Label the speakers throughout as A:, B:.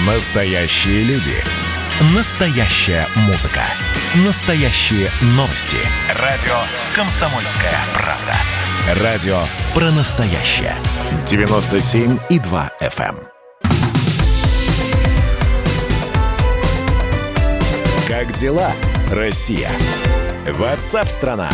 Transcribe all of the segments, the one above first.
A: Настоящие люди. Настоящая музыка. Настоящие новости. Радио «Комсомольская правда». Радио про настоящее. 97,2 FM. Как дела, Россия? Ватсап-страна!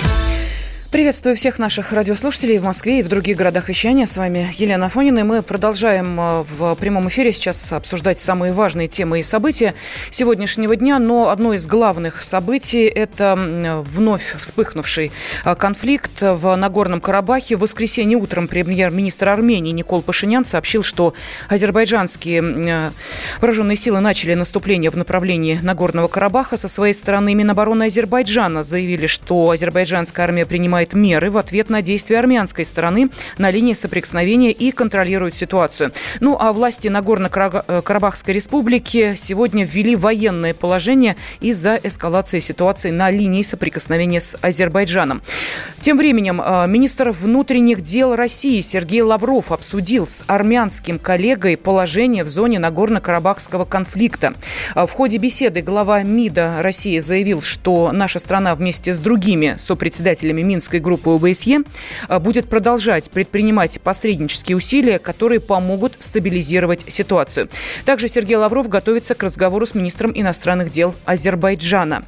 B: Приветствую всех наших радиослушателей в Москве и в других городах вещания. С вами Елена Афонина. И мы продолжаем в прямом эфире сейчас обсуждать самые важные темы и события сегодняшнего дня. Но одно из главных событий – это вновь вспыхнувший конфликт в Нагорном Карабахе. В воскресенье утром премьер-министр Армении Никол Пашинян сообщил, что азербайджанские вооруженные силы начали наступление в направлении Нагорного Карабаха. Со своей стороны Минобороны Азербайджана заявили, что азербайджанская армия принимает меры в ответ на действия армянской стороны на линии соприкосновения и контролирует ситуацию. Ну а власти Нагорно-Карабахской республики сегодня ввели военное положение из-за эскалации ситуации на линии соприкосновения с Азербайджаном. Тем временем министр внутренних дел России Сергей Лавров обсудил с армянским коллегой положение в зоне Нагорно-Карабахского конфликта. В ходе беседы глава МИДа России заявил, что наша страна вместе с другими сопредседателями Минской группы ОБСЕ будет продолжать предпринимать посреднические усилия, которые помогут стабилизировать ситуацию. Также Сергей Лавров готовится к разговору с министром иностранных дел Азербайджана.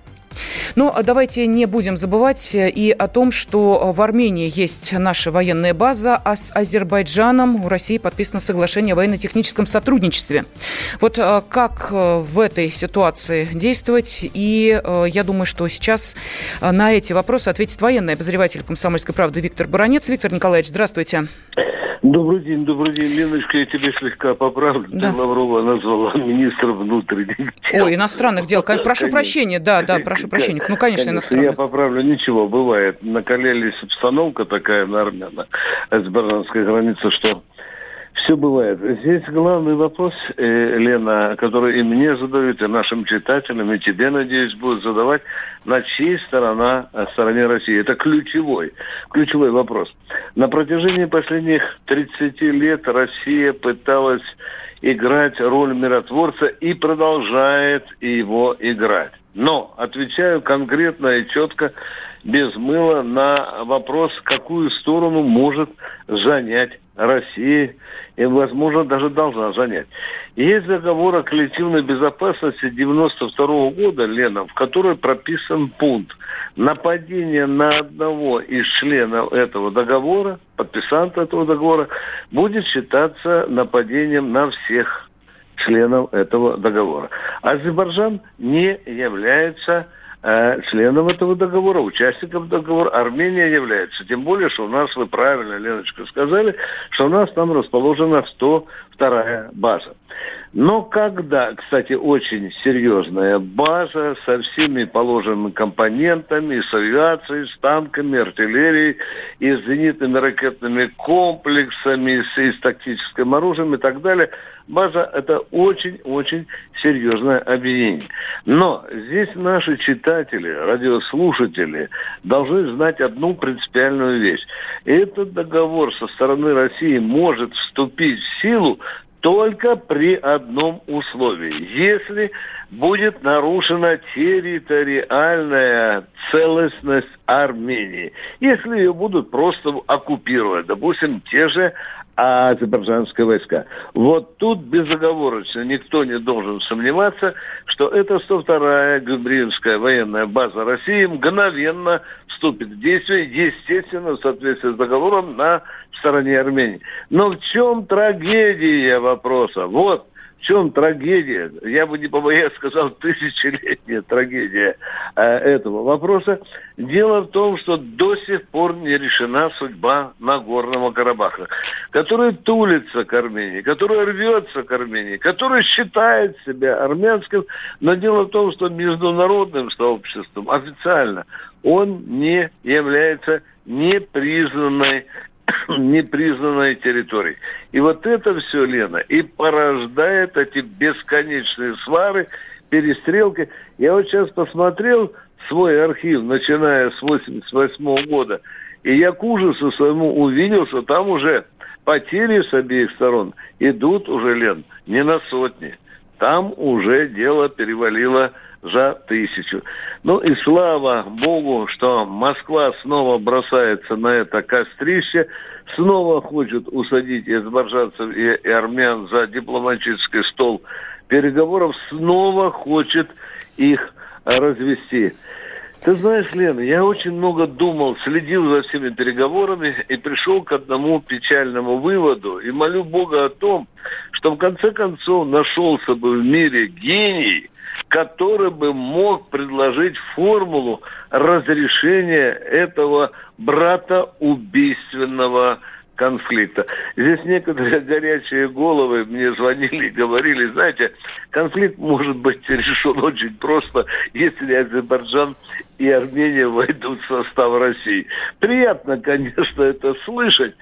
B: Но давайте не будем забывать и о том, что в Армении есть наша военная база, а с Азербайджаном у России подписано соглашение о военно-техническом сотрудничестве. Вот как в этой ситуации действовать? И я думаю, что сейчас на эти вопросы ответит военный обозреватель «Комсомольской правды» Виктор Баранец. Виктор Николаевич, здравствуйте.
C: Добрый день, Леночка, я тебя слегка поправлю. Да. Ты Лаврова назвала министром внутренних дел.
B: Ой, иностранных дел. Прошу прощения, прошу прощения. Ну, конечно, иностранных.
C: Я поправлю, ничего, бывает. Накалились обстановка такая на армяно-азербайджанской границе, что все бывает. Здесь главный вопрос, Лена, который и мне задают, и нашим читателям, и тебе, надеюсь, будут задавать, на чьей стороне России. Это ключевой вопрос. На протяжении последних 30 лет Россия пыталась играть роль миротворца и продолжает его играть. Но отвечаю конкретно и четко, без мыла, на вопрос, какую сторону может занять Россия и, возможно, даже должна занять. Есть договор о коллективной безопасности 1992 года, Лена, в которой прописан пункт: нападение на одного из членов этого договора, подписанта этого договора, будет считаться нападением на всех членов этого договора. Азербайджан не является членом этого договора, участником договора. Армения является. Тем более, что у нас, вы правильно, Леночка, сказали, что у нас там расположена 102-я база. Но когда, кстати, очень серьезная база со всеми положенными компонентами, и с авиацией, с танками, артиллерией, и с зенитными ракетными комплексами, и с тактическим оружием и так далее, база – это очень-очень серьезное обвинение. Но здесь наши читатели, радиослушатели должны знать одну принципиальную вещь. Этот договор со стороны России может вступить в силу только при одном условии. Если будет нарушена территориальная целостность Армении. Если ее будут просто оккупировать, допустим, те же азербайджанские войска. Вот тут безоговорочно никто не должен сомневаться, что эта 102-я Гюмриевская военная база России мгновенно вступит в действие, естественно, в соответствии с договором на стороне Армении. Но в чем трагедия вопроса? Вот в чем трагедия, я бы не побоялся сказал, тысячелетняя трагедия этого вопроса. Дело в том, что до сих пор не решена судьба Нагорного Карабаха, который тулится к Армении, который рвется к Армении, который считает себя армянским, но дело в том, что международным сообществом официально он не является непризнанной территорией. И вот это все, Лена, и порождает эти бесконечные свары, перестрелки. Я вот сейчас посмотрел свой архив, начиная с 1988 года, и я к ужасу своему увидел, что там уже потери с обеих сторон идут уже, Лен, не на сотни, Там уже дело перевалило за 1000. Ну и слава богу, что Москва снова бросается на это кострище, снова хочет усадить и азербайджанцев, и армян за дипломатический стол переговоров, снова хочет их развести. Ты знаешь, Лена, я очень много думал, следил за всеми переговорами и пришел к одному печальному выводу. И молю Бога о том, что в конце концов нашелся бы в мире гений, который бы мог предложить формулу разрешения этого братоубийственного конфликта. Здесь некоторые горячие головы мне звонили и говорили, знаете, конфликт может быть решен очень просто, если Азербайджан и Армения войдут в состав России. Приятно, конечно, это слышать,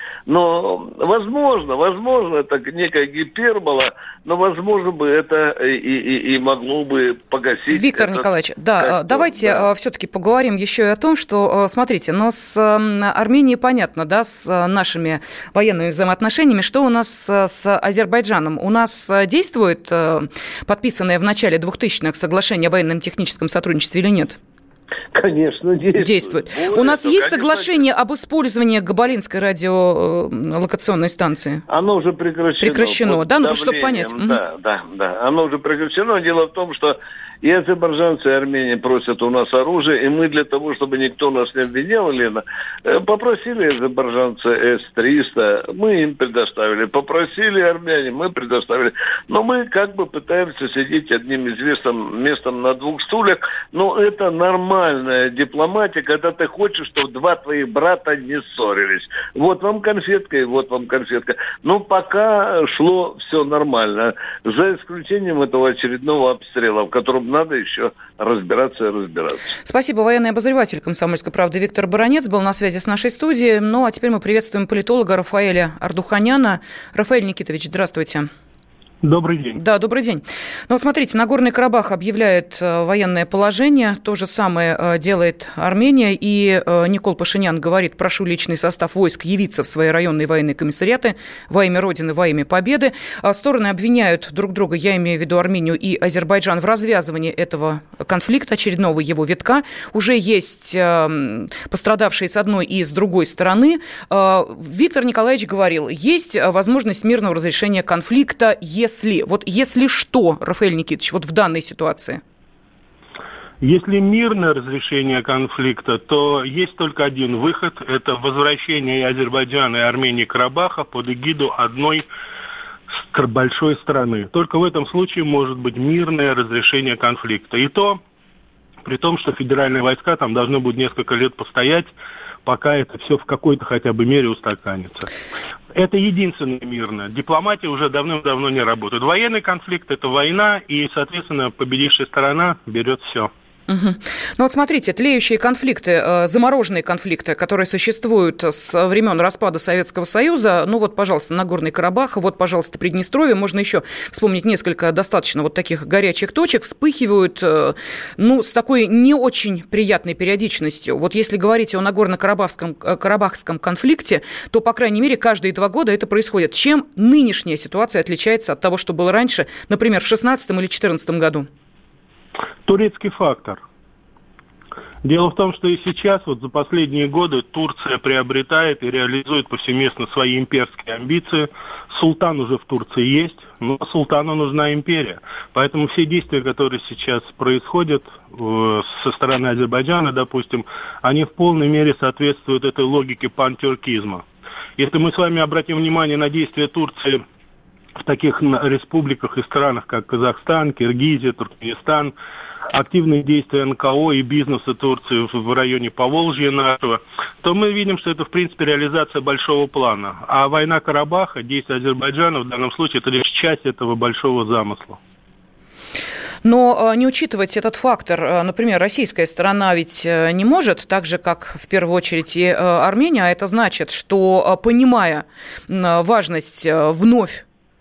C: но возможно, это некая гипербола, но, возможно, бы это и могло бы погасить.
B: Виктор Николаевич, да, давайте все-таки поговорим еще и о том, что, смотрите, но с Арменией понятно, да, с нашими военными взаимоотношениями, что у нас с Азербайджаном? У нас действует подписанное в начале 2000-х соглашение о военном техническом сотрудничестве или нет?
C: Конечно, действует.
B: У нас есть соглашение об использовании Габалинской радиолокационной станции?
C: Оно уже прекращено.
B: Да, ну, чтобы понять.
C: Да. Оно уже прекращено. Дело в том, что и азербайджанцы, и Армения просят у нас оружие, и мы для того, чтобы никто нас не обвинял, Лена, попросили азербайджанцы С-300, мы им предоставили. Попросили армяне, мы предоставили. Но мы как бы пытаемся сидеть одним известным местом на двух стульях, но это нормальная дипломатия, когда ты хочешь, чтобы два твоих брата не ссорились. Вот вам конфетка и вот вам конфетка. Но пока шло все нормально, за исключением этого очередного обстрела, в котором надо еще разбираться.
B: Спасибо. Военный обозреватель «Комсомольской правды» Виктор Баранец был на связи с нашей студией. Ну, а теперь мы приветствуем политолога Рафаэля Ардуханяна. Рафаэль Никитович, здравствуйте.
D: Добрый день.
B: Да, добрый день. Ну, вот смотрите, Нагорный Карабах объявляет военное положение. То же самое делает Армения. И Никол Пашинян говорит: прошу личный состав войск явиться в свои районные военные комиссариаты во имя Родины, во имя победы. Стороны обвиняют друг друга, я имею в виду Армению и Азербайджан, в развязывании этого конфликта, очередного его витка. Уже есть пострадавшие с одной и с другой стороны. Виктор Николаевич говорил, есть возможность мирного разрешения конфликта, если что, Рафаэль Никитович, вот в данной ситуации?
D: Если мирное разрешение конфликта, то есть только один выход. Это возвращение и Азербайджана, и Армении Карабаха под эгиду одной большой страны. Только в этом случае может быть мирное разрешение конфликта. И то, при том, что федеральные войска там должны будут несколько лет постоять, пока это все в какой-то хотя бы мере устаканится. Это единственное мирное. Дипломатия уже давным-давно не работает. Военный конфликт – это война, и, соответственно, победившая сторона берет все.
B: Угу. Ну вот смотрите, тлеющие конфликты, замороженные конфликты, которые существуют с времен распада Советского Союза, ну вот, пожалуйста, Нагорный Карабах, вот, пожалуйста, Приднестровье, можно еще вспомнить несколько достаточно вот таких горячих точек, вспыхивают, ну, с такой не очень приятной периодичностью. Вот если говорить о Нагорно-Карабахском конфликте, то, по крайней мере, каждые 2 года это происходит. Чем нынешняя ситуация отличается от того, что было раньше, например, в 2016 или 2014 году?
D: Турецкий фактор. Дело в том, что и сейчас, вот за последние годы, Турция приобретает и реализует повсеместно свои имперские амбиции. Султан уже в Турции есть, но султану нужна империя. Поэтому все действия, которые сейчас происходят со стороны Азербайджана, допустим, они в полной мере соответствуют этой логике пантюркизма. Если мы с вами обратим внимание на действия Турции в таких республиках и странах, как Казахстан, Киргизия, Туркменистан, активные действия НКО и бизнеса Турции в районе Поволжья нашего, то мы видим, что это, в принципе, реализация большого плана. А война Карабаха, действия Азербайджана в данном случае, это лишь часть этого большого замысла.
B: Но не учитывать этот фактор, например, российская сторона ведь не может, так же, как в первую очередь и Армения, а это значит, что, понимая важность вновь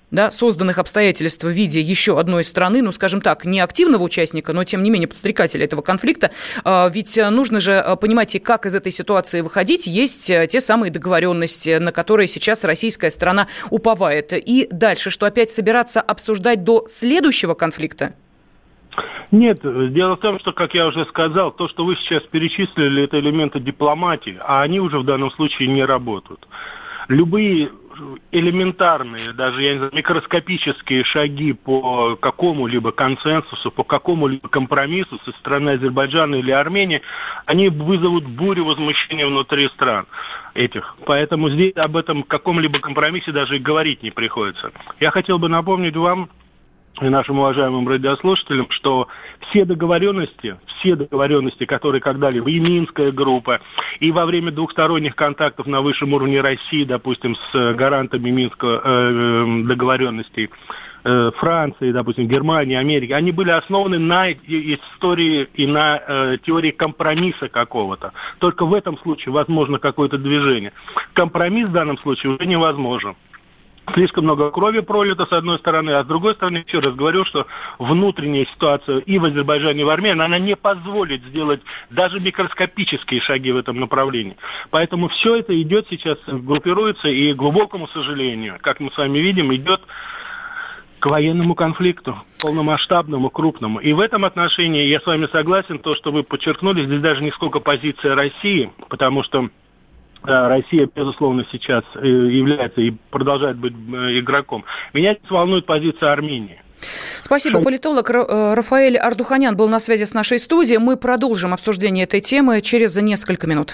B: да, созданных обстоятельств в виде еще одной страны, ну, скажем так, не активного участника, но, тем не менее, подстрекателя этого конфликта. Ведь нужно же понимать, и как из этой ситуации выходить. Есть те самые договоренности, на которые сейчас российская сторона уповает. И дальше, что опять собираться обсуждать до следующего конфликта?
D: Нет, дело в том, что, как я уже сказал, то, что вы сейчас перечислили, это элементы дипломатии, а они уже в данном случае не работают. Любые элементарные, даже, я не знаю, микроскопические шаги по какому-либо консенсусу, по какому-либо компромиссу со стороны Азербайджана или Армении, они вызовут бурю возмущения внутри стран этих. Поэтому здесь об этом каком-либо компромиссе даже и говорить не приходится. Я хотел бы напомнить вам и нашим уважаемым радиослушателям, что все договоренности, которые когда-либо, и Минская группа, и во время двухсторонних контактов на высшем уровне России, допустим, с гарантами Минского договоренностей, Франции, допустим, Германии, Америки, они были основаны на истории и на теории компромисса какого-то. Только в этом случае возможно какое-то движение. Компромисс в данном случае уже невозможен. Слишком много крови пролито, с одной стороны, а с другой стороны, еще раз говорю, что внутренняя ситуация и в Азербайджане, и в Армении, она не позволит сделать даже микроскопические шаги в этом направлении. Поэтому все это идет сейчас, группируется, и, к глубокому сожалению, как мы с вами видим, идет к военному конфликту, полномасштабному, крупному. И в этом отношении я с вами согласен, то, что вы подчеркнули, здесь даже не сколько позиция России, потому что Россия, безусловно, сейчас является и продолжает быть игроком. Меня волнует позиция Армении.
B: Спасибо. Политолог Рафаэль Ардуханян был на связи с нашей студией. Мы продолжим обсуждение этой темы через несколько минут.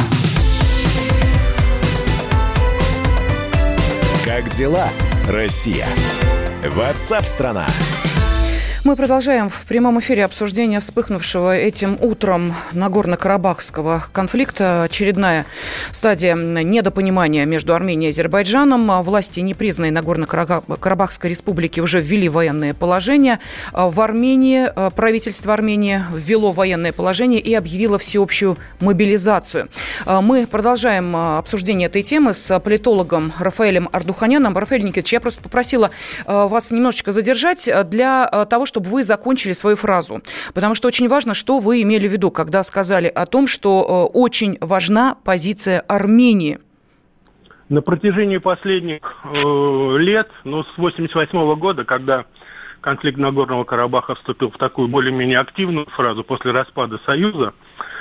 A: Как дела, Россия? WhatsApp-страна.
B: Мы продолжаем в прямом эфире обсуждение вспыхнувшего этим утром Нагорно-Карабахского конфликта. Очередная стадия недопонимания между Арменией и Азербайджаном. Власти непризнанной Нагорно-Карабахской республики уже ввели военное положение. В Армении правительство Армении ввело военное положение и объявило всеобщую мобилизацию. Мы продолжаем обсуждение этой темы с политологом Рафаэлем Ардуханяном. Рафаэль Никитич, я просто попросила вас немножечко задержать для того, чтобы вы закончили свою фразу. Потому что очень важно, что вы имели в виду, когда сказали о том, что очень важна позиция Армении.
D: На протяжении последних лет, с 1988 года, когда конфликт Нагорного Карабаха вступил в такую более-менее активную фазу после распада Союза,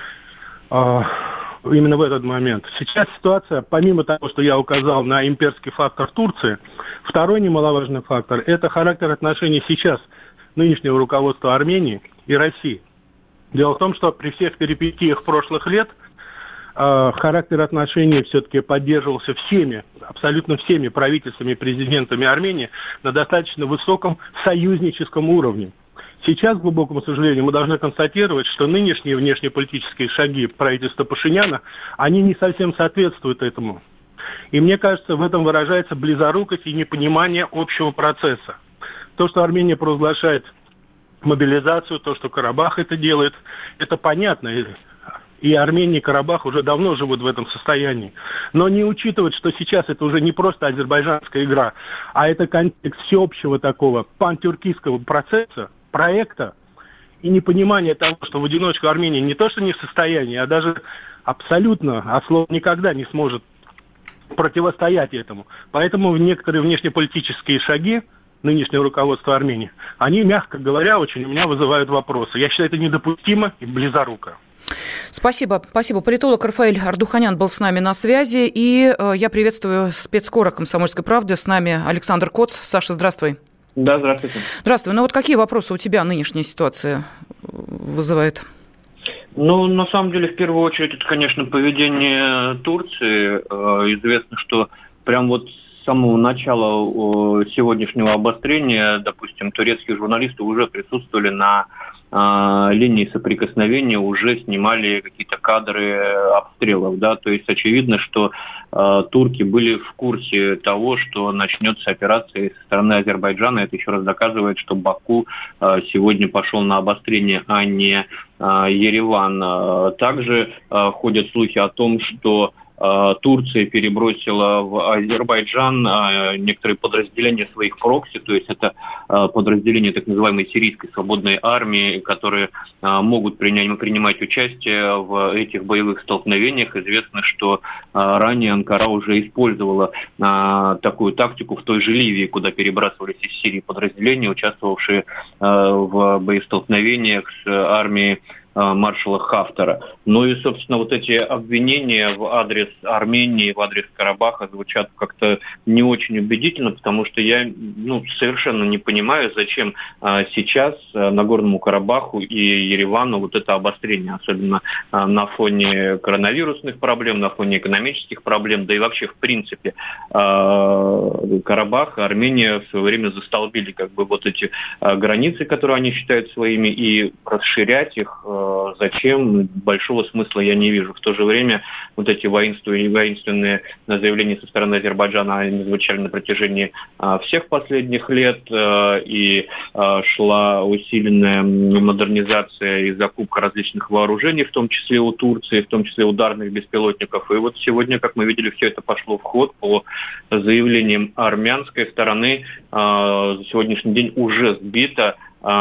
D: именно в этот момент. Сейчас ситуация, помимо того, что я указал на имперский фактор Турции, второй немаловажный фактор – это характер отношений сейчас нынешнего руководства Армении и России. Дело в том, что при всех перипетиях прошлых лет характер отношений все-таки поддерживался абсолютно всеми правительствами и президентами Армении на достаточно высоком союзническом уровне. Сейчас, к глубокому сожалению, мы должны констатировать, что нынешние внешнеполитические шаги правительства Пашиняна, они не совсем соответствуют этому. И мне кажется, в этом выражается близорукость и непонимание общего процесса. То, что Армения провозглашает мобилизацию, то, что Карабах это делает, это понятно. И Армения, и Карабах уже давно живут в этом состоянии. Но не учитывать, что сейчас это уже не просто азербайджанская игра, а это контекст всеобщего такого пантюркистского процесса, проекта, и непонимание того, что в одиночку Армения не то что не в состоянии, а даже абсолютно, от слова никогда не сможет противостоять этому. Поэтому некоторые внешнеполитические шаги нынешнего руководства Армении, они, мягко говоря, очень у меня вызывают вопросы. Я считаю, это недопустимо и близоруко.
B: Спасибо. Спасибо. Политолог Рафаэль Ардуханян был с нами на связи. И я приветствую спецкора «Комсомольской правды». С нами Александр Коц. Саша, здравствуй.
E: Да, здравствуйте.
B: Здравствуй. Ну вот какие вопросы у тебя нынешняя ситуация вызывает?
E: На самом деле, в первую очередь, это, конечно, поведение Турции. Известно, что прям вот с самого начала сегодняшнего обострения, допустим, турецкие журналисты уже присутствовали на линии соприкосновения, уже снимали какие-то кадры обстрелов, да, то есть очевидно, что турки были в курсе того, что начнется операция со стороны Азербайджана. Это еще раз доказывает, что Баку сегодня пошел на обострение, а не Ереван. Также ходят слухи о том, что Турция перебросила в Азербайджан некоторые подразделения своих прокси, то есть это подразделения так называемой сирийской свободной армии, которые могут принимать участие в этих боевых столкновениях. Известно, что ранее Анкара уже использовала такую тактику в той же Ливии, куда перебрасывались из Сирии подразделения, участвовавшие в боестолкновениях с армией маршала Хафтара. Ну и, собственно, вот эти обвинения в адрес Армении, в адрес Карабаха звучат как-то не очень убедительно, потому что я совершенно не понимаю, зачем сейчас Нагорному Карабаху и Еревану вот это обострение, особенно на фоне коронавирусных проблем, на фоне экономических проблем, да и вообще в принципе Карабах, Армения в свое время застолбили как бы вот эти границы, которые они считают своими, и расширять их зачем, большого смысла я не вижу. В то же время вот эти воинственные заявления со стороны Азербайджана, они звучали на протяжении всех последних лет, и шла усиленная модернизация и закупка различных вооружений, в том числе у Турции, в том числе ударных беспилотников. И вот сегодня, как мы видели, все это пошло в ход по заявлениям армянской стороны. За сегодняшний день уже сбито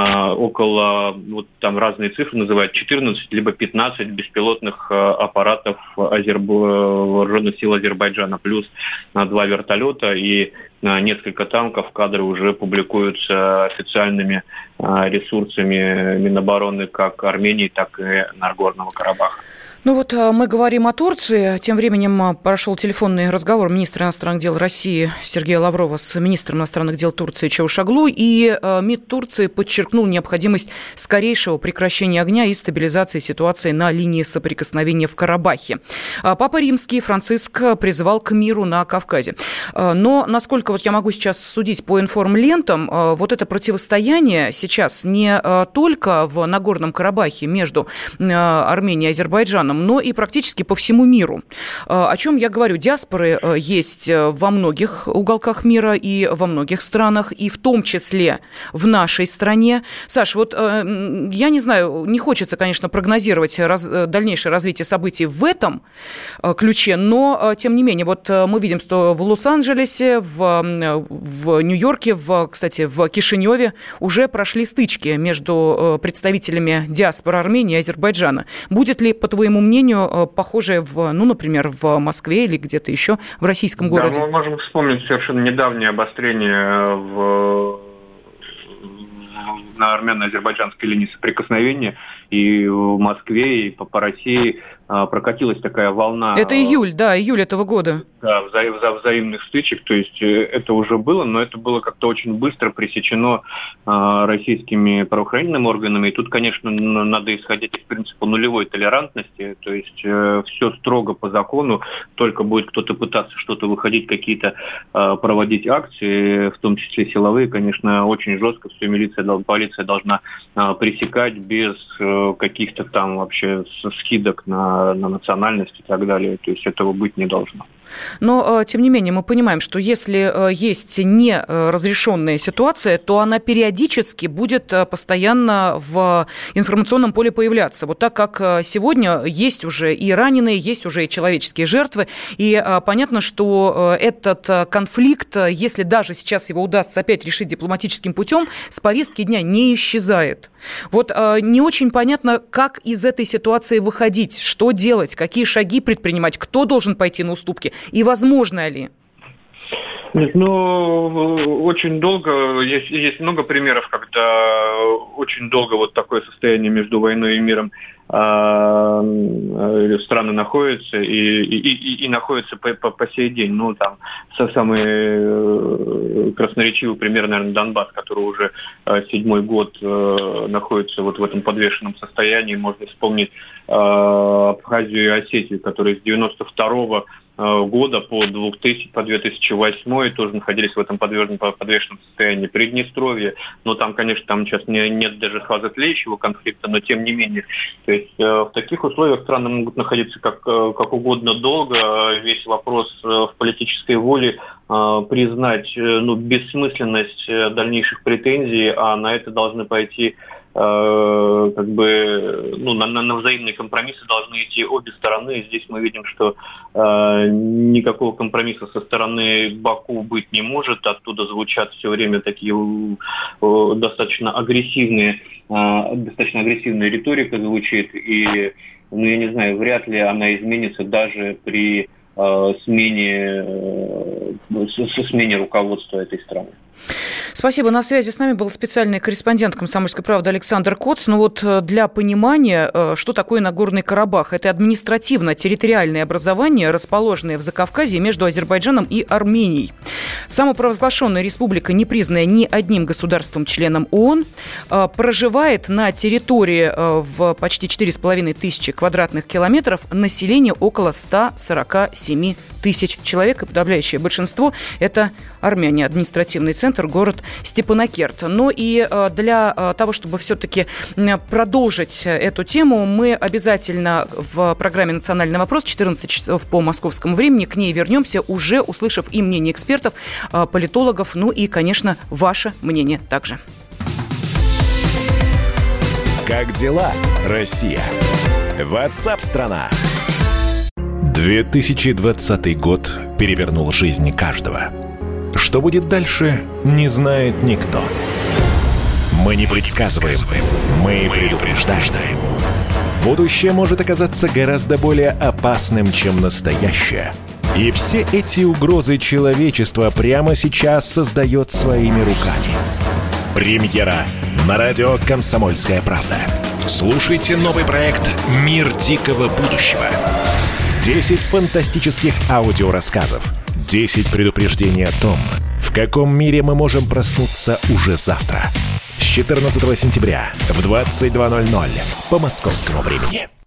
E: около, вот там разные цифры называют, 14 либо 15 беспилотных аппаратов вооруженных сил Азербайджана, плюс 2 вертолета и несколько танков. Кадры уже публикуются официальными ресурсами Минобороны как Армении, так и Нагорного Карабаха.
B: Ну вот мы говорим о Турции. Тем временем прошел телефонный разговор министра иностранных дел России Сергея Лаврова с министром иностранных дел Турции Чавушоглу, и МИД Турции подчеркнул необходимость скорейшего прекращения огня и стабилизации ситуации на линии соприкосновения в Карабахе. Папа Римский Франциск призывал к миру на Кавказе. Но, насколько вот я могу сейчас судить по информлентам, вот это противостояние сейчас не только в Нагорном Карабахе между Арменией и Азербайджаном, но и практически по всему миру. О чем я говорю? Диаспоры есть во многих уголках мира и во многих странах, и в том числе в нашей стране. Саш, вот я не знаю, не хочется, конечно, прогнозировать дальнейшее развитие событий в этом ключе, но, тем не менее, вот мы видим, что в Лос-Анджелесе, в Нью-Йорке, кстати, в Кишиневе уже прошли стычки между представителями диаспоры Армении и Азербайджана. Будет ли, по твоему мнению, похожее например, в Москве или где-то еще в российском городе?
E: Да, мы можем вспомнить совершенно недавнее обострение на армяно-азербайджанской линии соприкосновения, и в Москве, и по России прокатилась такая волна.
B: Это июль этого года.
E: Да, взаимных стычек, то есть это уже было, но это было как-то очень быстро пресечено российскими правоохранительными органами. И тут, конечно, надо исходить из принципа нулевой толерантности, то есть все строго по закону, только будет кто-то пытаться что-то выходить, какие-то проводить акции, в том числе силовые, конечно, очень жестко все полиция должна пресекать без каких-то там вообще скидок на национальность и так далее. То есть этого быть не должно.
B: Но, тем не менее, мы понимаем, что если есть неразрешенная ситуация, то она периодически будет постоянно в информационном поле появляться. Вот так как сегодня есть уже и раненые, есть уже и человеческие жертвы. И понятно, что этот конфликт, если даже сейчас его удастся опять решить дипломатическим путем, с повестки дня не исчезает. Вот не очень понятно, как из этой ситуации выходить, что делать, какие шаги предпринимать, кто должен пойти на уступки. И возможно ли?
E: Нет, очень долго, есть много примеров, когда очень долго вот такое состояние между войной и миром страны находятся и находятся по сей день. Ну, там, самый красноречивый пример, наверное, Донбасс, который уже 7-й год находится вот в этом подвешенном состоянии. Можно вспомнить Абхазию и Осетию, которые с 92-го года по 2008 тоже находились в этом подвешенном состоянии. Приднестровье, но там, конечно, там сейчас нет даже фазы тлеющего конфликта, но тем не менее. То есть в таких условиях страны могут находиться как угодно долго. Весь вопрос в политической воле признать бессмысленность дальнейших претензий, а на это должны пойти как бы, ну, на взаимные компромиссы должны идти обе стороны. И здесь мы видим, что никакого компромисса со стороны Баку быть не может. Оттуда звучат все время такие достаточно агрессивная риторика звучит. И, ну, я не знаю, вряд ли она изменится даже при смене руководства этой страны.
B: Спасибо. На связи с нами был специальный корреспондент «Комсомольской правды» Александр Коц. Ну вот для понимания, что такое Нагорный Карабах. Это административно-территориальное образование, расположенное в Закавказье между Азербайджаном и Арменией. Самопровозглашенная республика, не признанная ни одним государством-членом ООН, проживает на территории в почти 4,5 тысячи квадратных километров население около 147 тысяч человек. И подавляющее большинство – это армяне. Административный центр – город Степанакерт. Но и для того, чтобы все-таки продолжить эту тему, мы обязательно в программе «Национальный вопрос» 14 часов по московскому времени к ней вернемся, уже услышав и мнение экспертов, политологов, ну и, конечно, ваше мнение также.
A: Как дела, Россия? WhatsApp-страна. 2020 год перевернул жизнь каждого. Что будет дальше, не знает никто. Мы не предсказываем, мы предупреждаем. Будущее может оказаться гораздо более опасным, чем настоящее. И все эти угрозы человечество прямо сейчас создает своими руками. Премьера на радио «Комсомольская правда». Слушайте новый проект «Мир дикого будущего». 10 фантастических аудиорассказов. 10 предупреждений о том, в каком мире мы можем проснуться уже завтра. С 14 сентября в 22:00 по московскому времени.